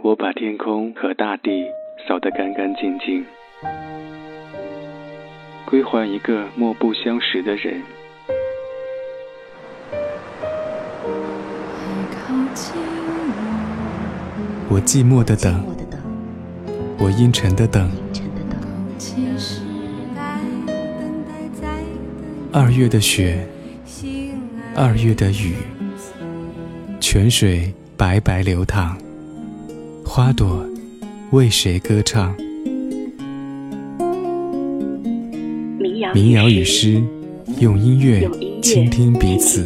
我把天空和大地扫得干干净净，归还一个莫不相识的人。 我寂寞的等，我阴沉的等，2月的雪，2月的雨，泉水白白流淌，花朵为谁歌唱？民谣与诗，用音乐倾听彼此。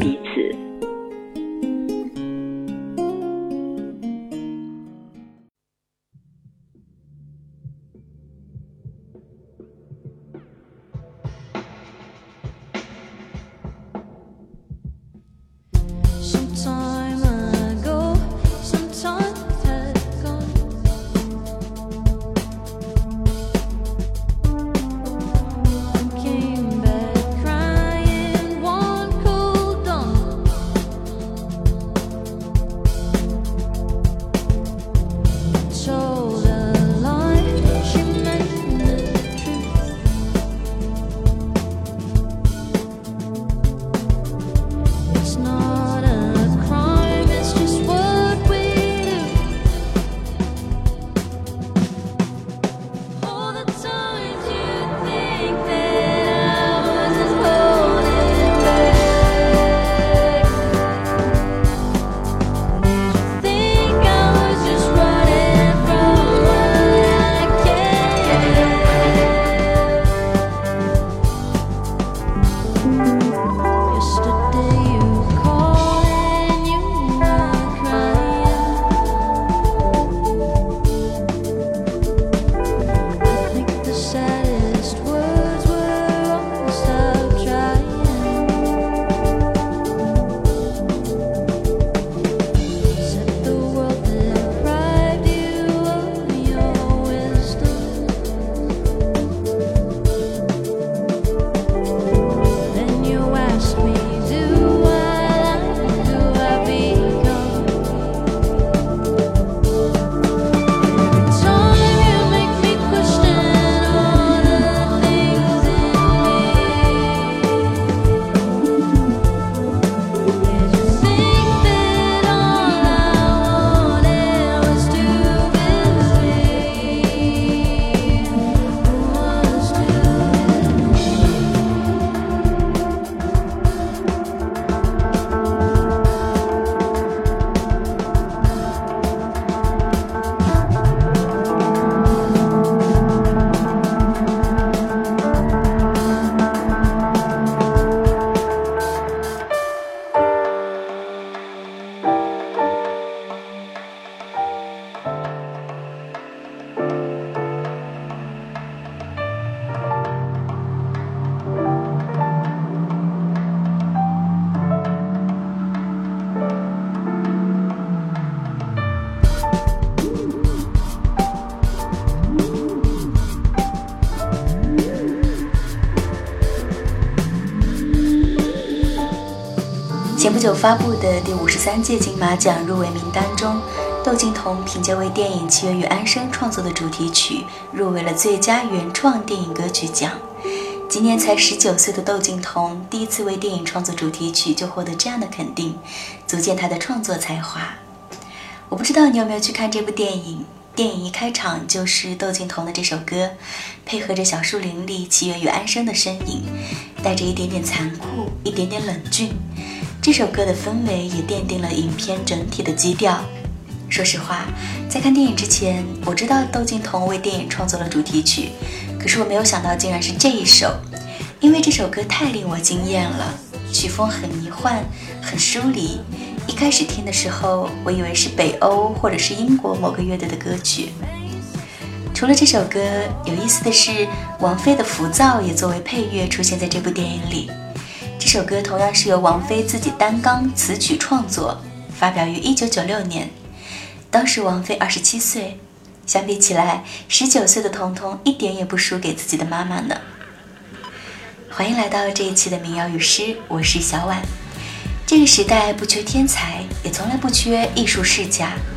前不久发布的第53届金马奖入围名单中，窦靖童凭借为电影《七月与安生》创作的主题曲入围了最佳原创电影歌曲奖。今年才19岁的窦靖童第一次为电影创作主题曲就获得这样的肯定，足见他的创作才华。我不知道你有没有去看这部电影，电影一开场就是窦靖童的这首歌，配合着小树林里七月与安生的身影，带着一点点残酷，一点点冷峻。这首歌的氛围也奠定了影片整体的基调。说实话，在看电影之前，我知道窦靖童为电影创作了主题曲，可是我没有想到竟然是这一首，因为这首歌太令我惊艳了，曲风很迷幻，很疏离。一开始听的时候，我以为是北欧或者是英国某个乐队的歌曲。除了这首歌，有意思的是，王菲的《浮躁》也作为配乐出现在这部电影里。这首歌同样是由王菲自己担纲词曲创作，发表于1996年。当时王菲27岁，相比起来，19岁的童童一点也不输给自己的妈妈呢。欢迎来到这一期的民谣与诗，我是小婉。这个时代不缺天才，也从来不缺艺术世家。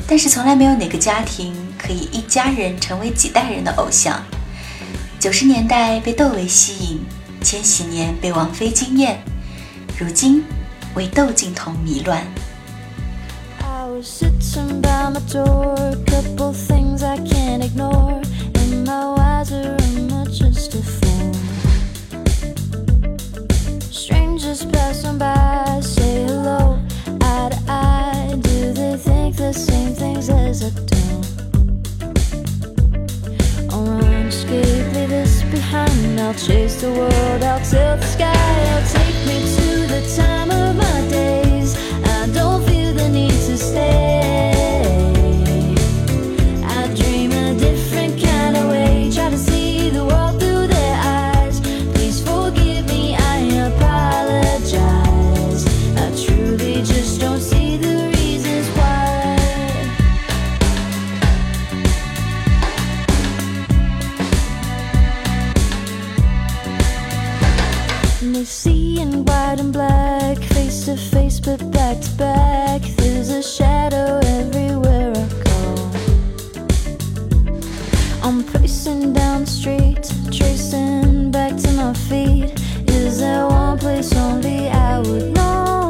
但是从来没有哪个家庭可以一家人成为几代人的偶像。90年代被窦唯吸引，千禧年被王菲惊艳，如今为窦靖童迷乱。 Sitting by my door, a couple things I can't ignore. In my wiser, am I just a fool? Strangers passing by, say hello, eye to eye. Do they think the same things as I do? I'll run, escape, leave this behind. I'll chase the world, I'll tilt the sky. I'll take me to the time of my days. I don't feel the need to stay. I dream a different kind of way. Try to see the world through their eyes. Please forgive me, I apologize. I truly just don't see the reasons why. And they see in white and black, face to face but back to back. There's a shadow everywhere I go. I'm pacing down the street, tracing back to my feet. Is there one place only I would know?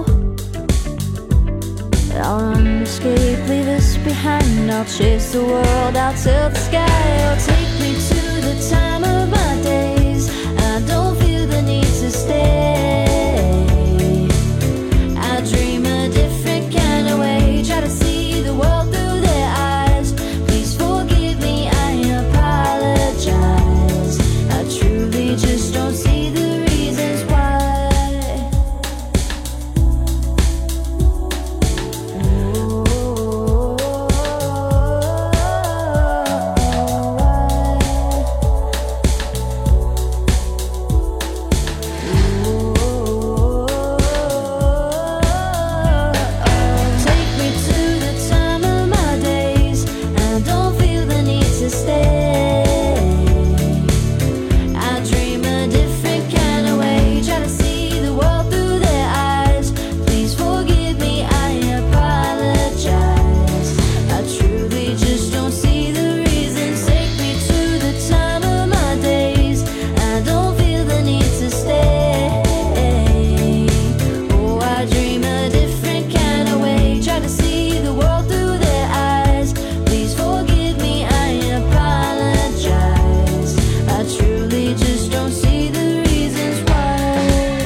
I'll run, escape, leave this behind. I'll chase the world, I'll tilt the sky. I'll take me to the time of my days. I don't feel the need to stay. I dream a different kind of way. Try to see the world through their eyes. Please forgive me, I apologize. I truly just don't see the reasons why. Take me to the time of my days. I don't feel the need to stay. I dream a different kind of way. Try to see the world through their eyes. Please forgive me, I apologize. I truly just don't see the reasons. Take me to the time of my days. I don't feel the need to stay. Oh, I dream a different kind of way. Try to see the world through their eyes. Please forgive me, I apologize. I truly just don't see the reasons why.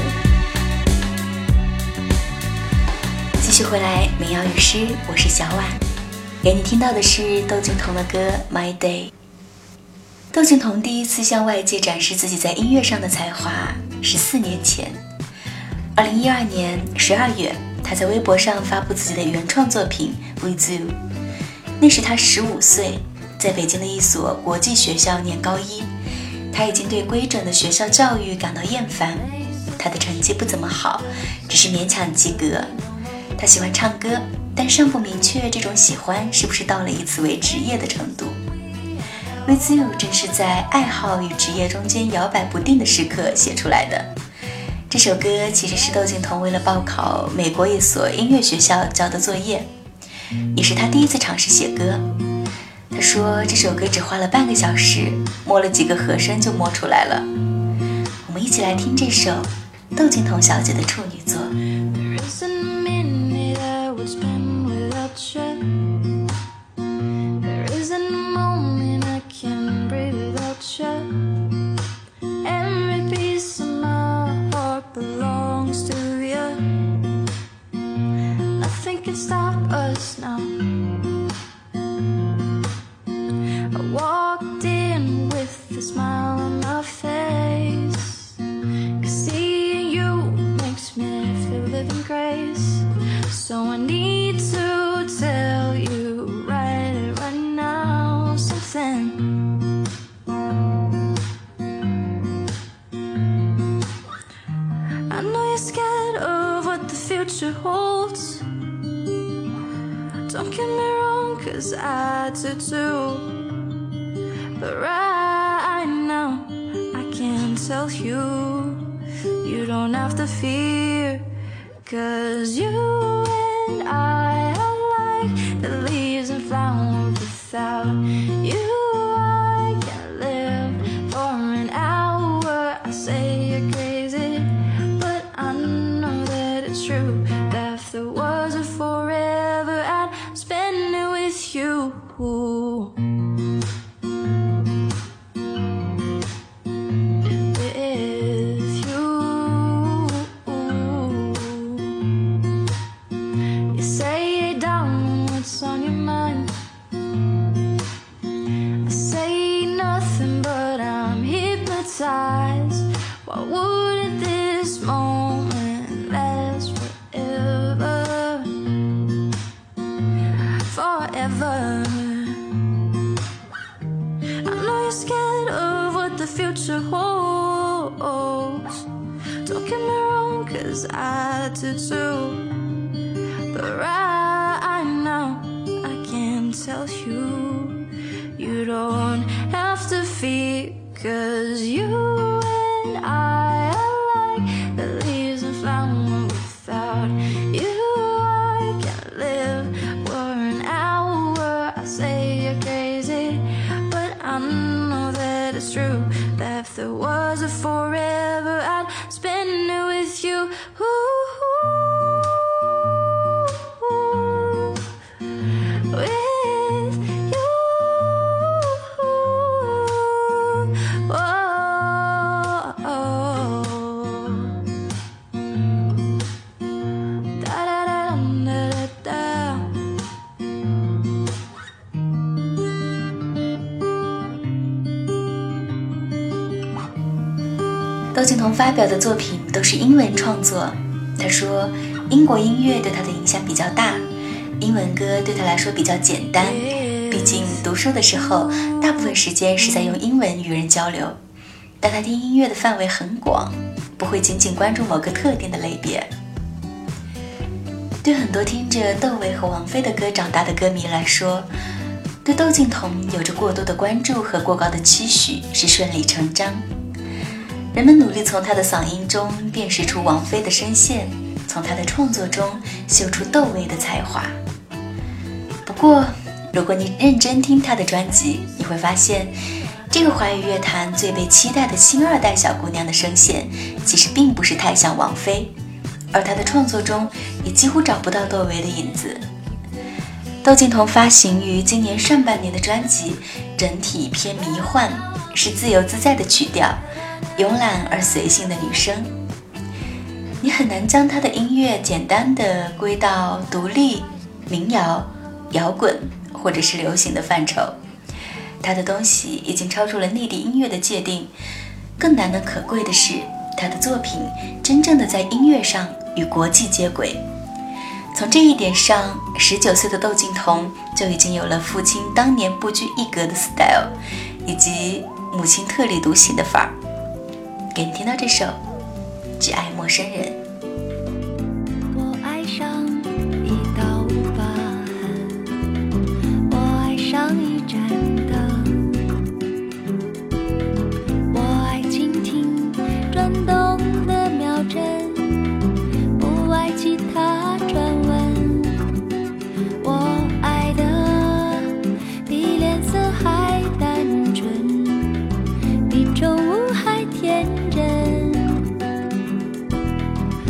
继续回来，民谣与诗，我是小婉。给你听到的是窦靖童的歌《My Day》。窦靖童第一次向外界展示自己在音乐上的才华是4年前。2012年12月，他在微博上发布自己的原创作品《With You》。那时他15岁，在北京的一所国际学校念高一。他已经对规整的学校教育感到厌烦，他的成绩不怎么好，只是勉强及格。他喜欢唱歌，但尚不明确这种喜欢是不是到了以此为职业的程度。With You 正是在爱好与职业中间摇摆不定的时刻写出来的。这首歌其实是窦靖童为了报考美国一所音乐学校交的作业，也是他第一次尝试写歌。他说这首歌只花了半个小时，摸了几个和声就摸出来了。我们一起来听这首窦靖童小姐的处女作。 Stop us now. I walked in with a smile on my face, 'cause seeing you makes me feel living grace. So I need to tell you right now something. I know you're scared of what the future holds. Don't get me wrong, 'cause I do too. But right now, I can tell you, you don't have to fear. 'Cause you and I are like the leaves and without you. I can't live for an hour. I say you're crazy, but I know that it's true. That if there was a forever, I'd spend it with you. Why wouldn't this moment last forever? Forever. I know you're scared of what the future holds. Don't get me wrong, 'cause I do too. But right now, I can tell you, you don't have to fear, 'cause you and I are like the leaves and flower. Without you, I can't live for an hour. I say you're crazy, but I know that it's true. That if there was a forever, I'd spend it with you. 窦靖童发表的作品都是英文创作。他说，英国音乐对他的影响比较大，英文歌对他来说比较简单。毕竟读书的时候，大部分时间是在用英文与人交流。但他听音乐的范围很广，不会仅仅关注某个特定的类别。对很多听着窦唯和王菲的歌长大的歌迷来说，对窦靖童有着过多的关注和过高的期许是顺理成章。人们努力从他的嗓音中辨识出王菲的声线，从他的创作中嗅出窦唯的才华。不过，如果你认真听他的专辑，你会发现，这个华语乐坛最被期待的新二代小姑娘的声线，其实并不是太像王菲，而她的创作中也几乎找不到窦唯的影子。窦靖童发行于今年上半年的专辑，整体偏迷幻，是自由自在的曲调，慵懒而随性的女声。你很难将她的音乐简单地归到独立、民谣、摇滚或者是流行的范畴。她的东西已经超出了内地音乐的界定，更难能可贵的是，她的作品真正的在音乐上与国际接轨。从这一点上，19岁的窦靖童就已经有了父亲当年不拘一格的 style， 以及母亲特立独行的范儿。给你听到这首《只爱陌生人》。 我爱上一道疤痕，我爱上一盏灯，我爱蜻蜓转动的秒针，不爱其他传闻。我爱的比脸色还单纯，比宠物还天真。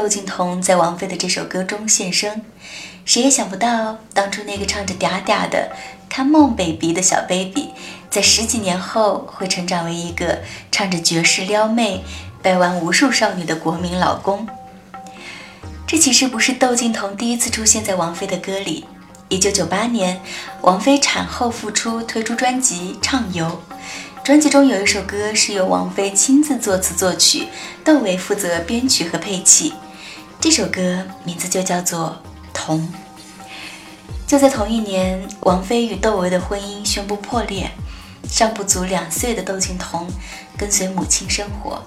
窦靖童在王菲的这首歌中现身。谁也想不到，当初那个唱着嗲嗲的 Come on baby 的小 baby， 在10几年后会成长为一个唱着爵士撩妹掰弯无数少女的国民老公。这其实不是窦靖童第一次出现在王菲的歌里。1998年，王菲产后复出，推出专辑《畅游》。专辑中有一首歌是由王菲亲自作词作曲，窦唯负责编曲和配器。这首歌名字就叫做《童》。就在同一年，王菲与窦唯的婚姻宣布破裂，尚不足2岁的窦靖童跟随母亲生活。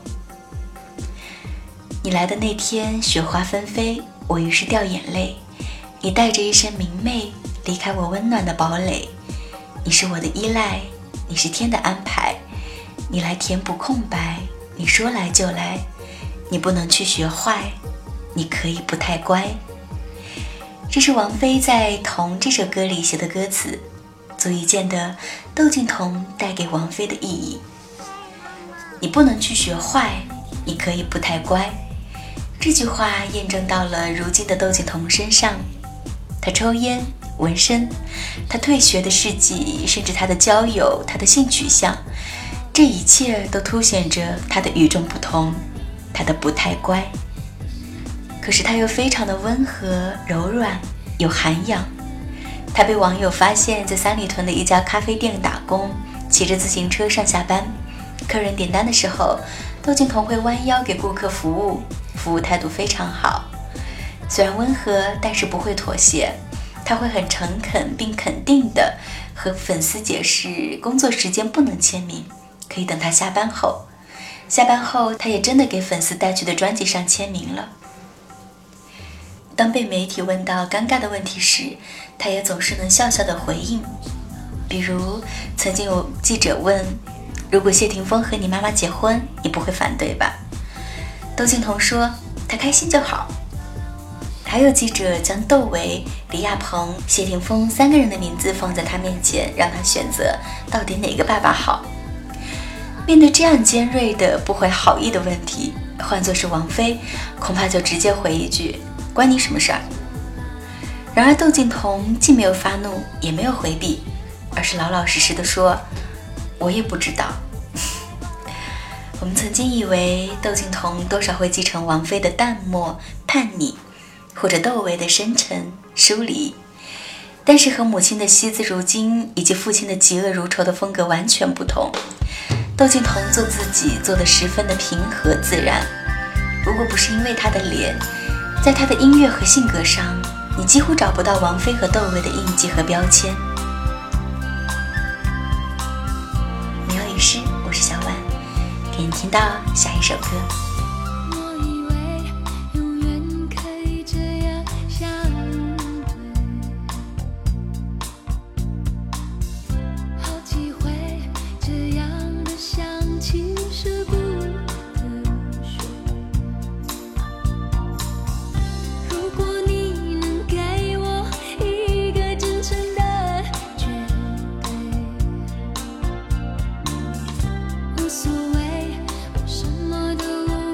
你来的那天，雪花纷飞，我于是掉眼泪。你带着一身明媚，离开我温暖的堡垒。你是我的依赖，你是天的安排。你来填补空白，你说来就来。你不能去学坏，你可以不太乖。这是王菲在《童》这首歌里写的歌词，足以见得窦靖童带给王菲的意义。你不能去学坏，你可以不太乖。这句话验证到了如今的窦靖童身上。他抽烟、纹身，他退学的事迹，甚至他的交友、他的性取向，这一切都凸显着他的与众不同，他的不太乖。可是他又非常的温和、柔软、有涵养。他被网友发现在三里屯的一家咖啡店打工，骑着自行车上下班。客人点单的时候，窦靖童会弯腰给顾客服务，服务态度非常好。虽然温和，但是不会妥协。他会很诚恳并肯定地和粉丝解释工作时间不能签名，可以等他下班后。下班后，他也真的给粉丝带去的专辑上签名了。当被媒体问到尴尬的问题时，他也总是能笑笑地回应。比如曾经有记者问，如果谢霆锋和你妈妈结婚，你不会反对吧？窦靖童说，他开心就好。还有记者将窦唯、李亚鹏、谢霆锋3个人的名字放在他面前，让他选择到底哪个爸爸好。面对这样尖锐的不怀好意的问题，换作是王菲，恐怕就直接回一句，关你什么事儿。然而窦靖童既没有发怒，也没有回避，而是老老实实地说，我也不知道。我们曾经以为窦靖童多少会继承王菲的淡漠、叛逆，或者窦唯的深沉、疏离，但是和母亲的惜字如金以及父亲的嫉恶如仇的风格完全不同。窦靖童做自己做得十分的平和自然，如果不是因为他的脸，在他的音乐和性格上，你几乎找不到王菲和窦唯的印记和标签。没有语诗，我是小婉，给你听到下一首歌。 无所谓，我什么都无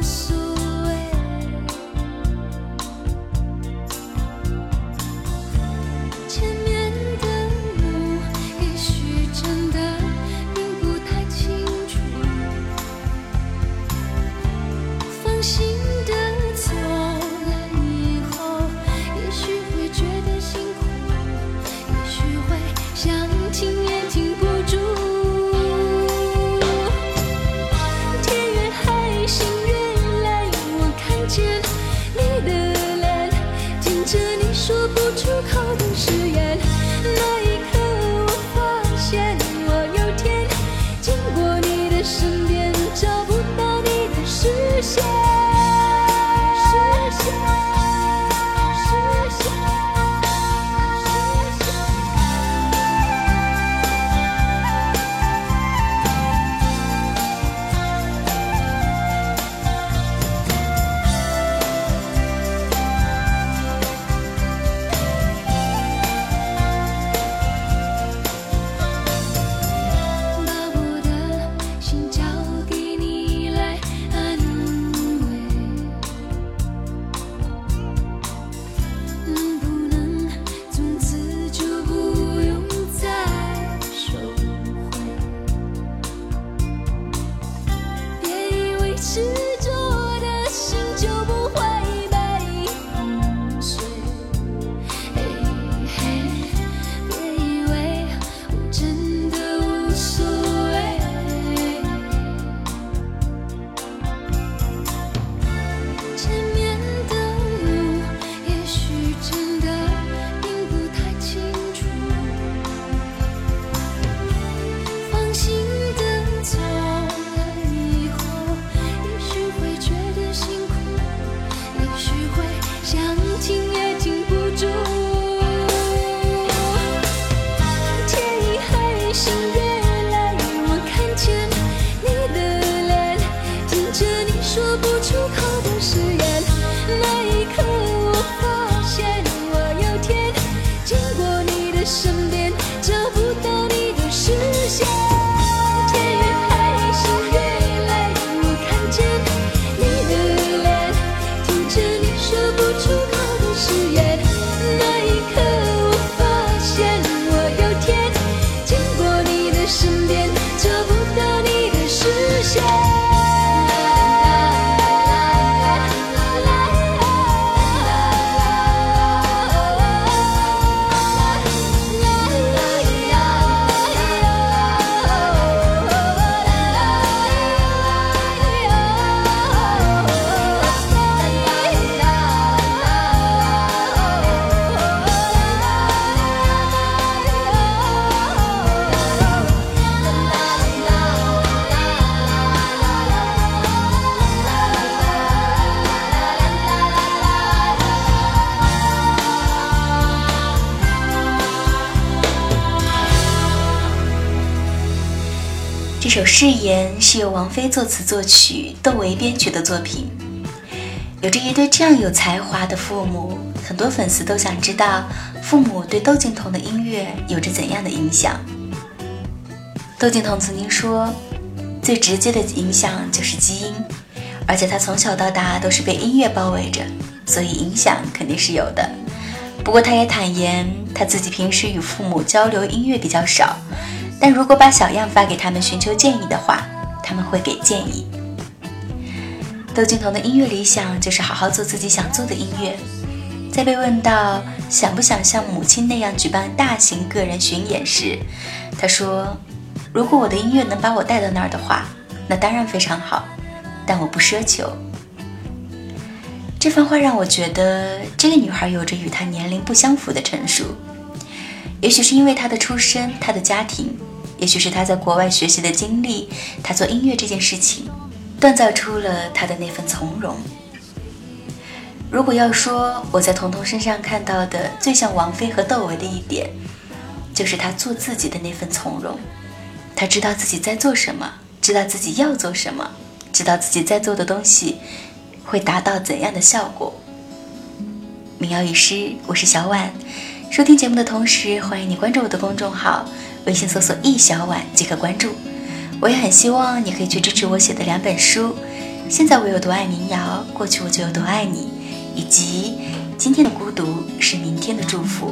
首《誓言》是由王菲作词作曲，窦唯编曲的作品。有着一对这样有才华的父母，很多粉丝都想知道父母对窦靖童的音乐有着怎样的影响。窦靖童曾经说，最直接的影响就是基因，而且他从小到大都是被音乐包围着，所以影响肯定是有的。不过他也坦言，他自己平时与父母交流音乐比较少，但如果把小样发给他们寻求建议的话，他们会给建议。窦靖童的音乐理想就是好好做自己想做的音乐。在被问到想不想像母亲那样举办大型个人巡演时，他说，如果我的音乐能把我带到那儿的话，那当然非常好，但我不奢求。这番话让我觉得这个女孩有着与她年龄不相符的成熟，也许是因为她的出身，她的家庭，也许是她在国外学习的经历，她做音乐这件事情锻造出了她的那份从容。如果要说我在童童身上看到的最像王菲和窦唯的一点，就是她做自己的那份从容。她知道自己在做什么，知道自己要做什么，知道自己在做的东西会达到怎样的效果。民谣与诗，我是小婉。收听节目的同时，欢迎你关注我的公众号，微信搜索易小婉即可关注。我也很希望你可以去支持我写的2本书，现在我有多爱民谣，过去我就有多爱你，以及今天的孤独是明天的祝福。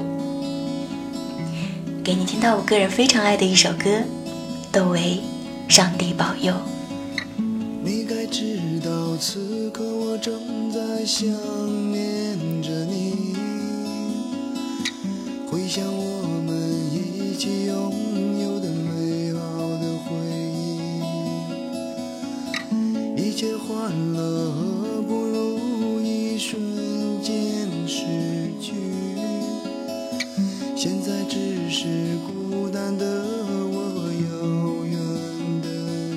给你听到我个人非常爱的一首歌，窦唯，上帝保佑。 你该知道，此刻我正在想念着你，回想我们一起拥有的美好的回忆，一切欢乐何不如一瞬间逝去，现在只是孤单的我和遥远的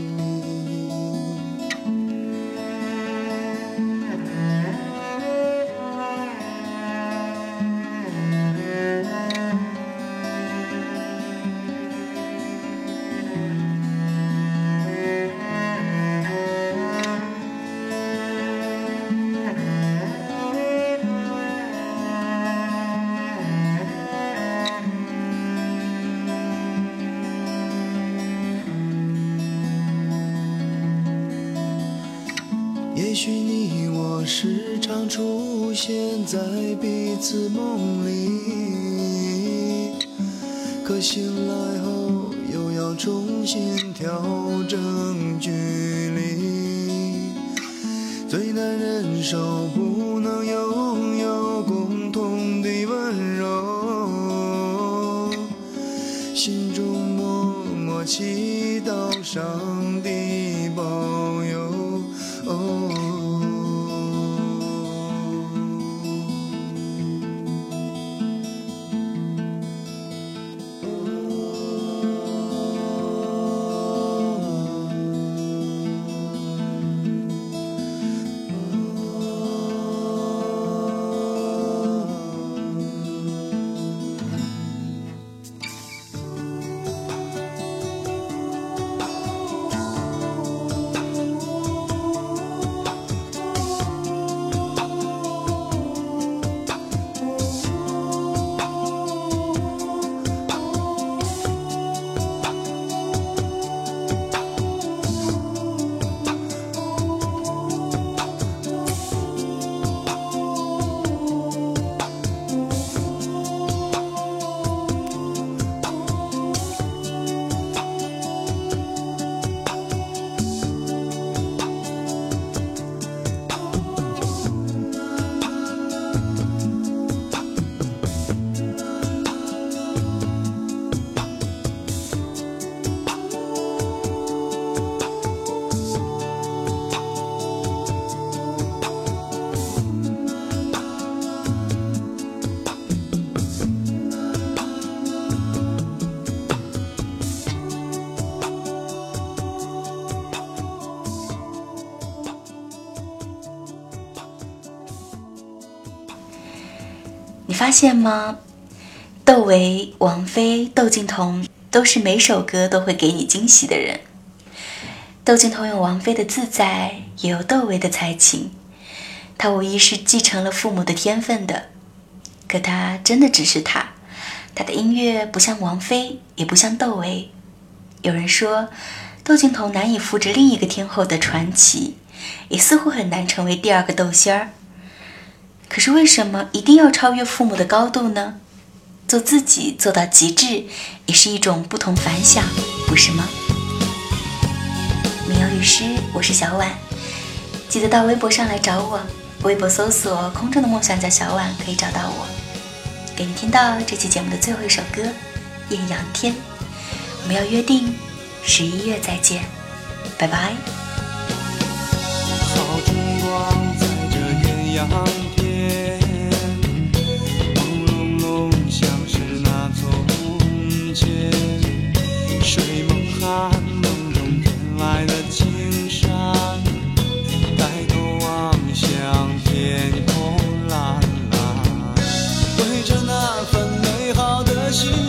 也许你我时常出现在彼此梦里，可醒来后又要重新调整距离，最难忍受不能拥有共同的温柔，心中默默祈祷上帝保佑。 你发现吗？窦唯、王菲、窦靖童都是每首歌都会给你惊喜的人。 窦靖童有王菲的自在，也有窦唯的才情，他无疑是继承了父母的天分的。可他真的只是他的音乐不像王菲，也不像窦唯。有人说窦靖童难以复制另一个天后的传奇，也似乎很难成为第二个窦仙儿。可是为什么一定要超越父母的高度呢？做自己做到极致，也是一种不同凡响，不是吗？民谣与诗，我是小婉，记得到微博上来找我，微博搜索空中的梦想家小婉可以找到我。给你听到这期节目的最后一首歌《艳阳天》，我们要约定11月再见，拜拜。 好春光在这艳阳天，朦胧胧像是那从前，水梦寒梦中天外的青山，抬头望向天空蓝蓝，为着那份美好的心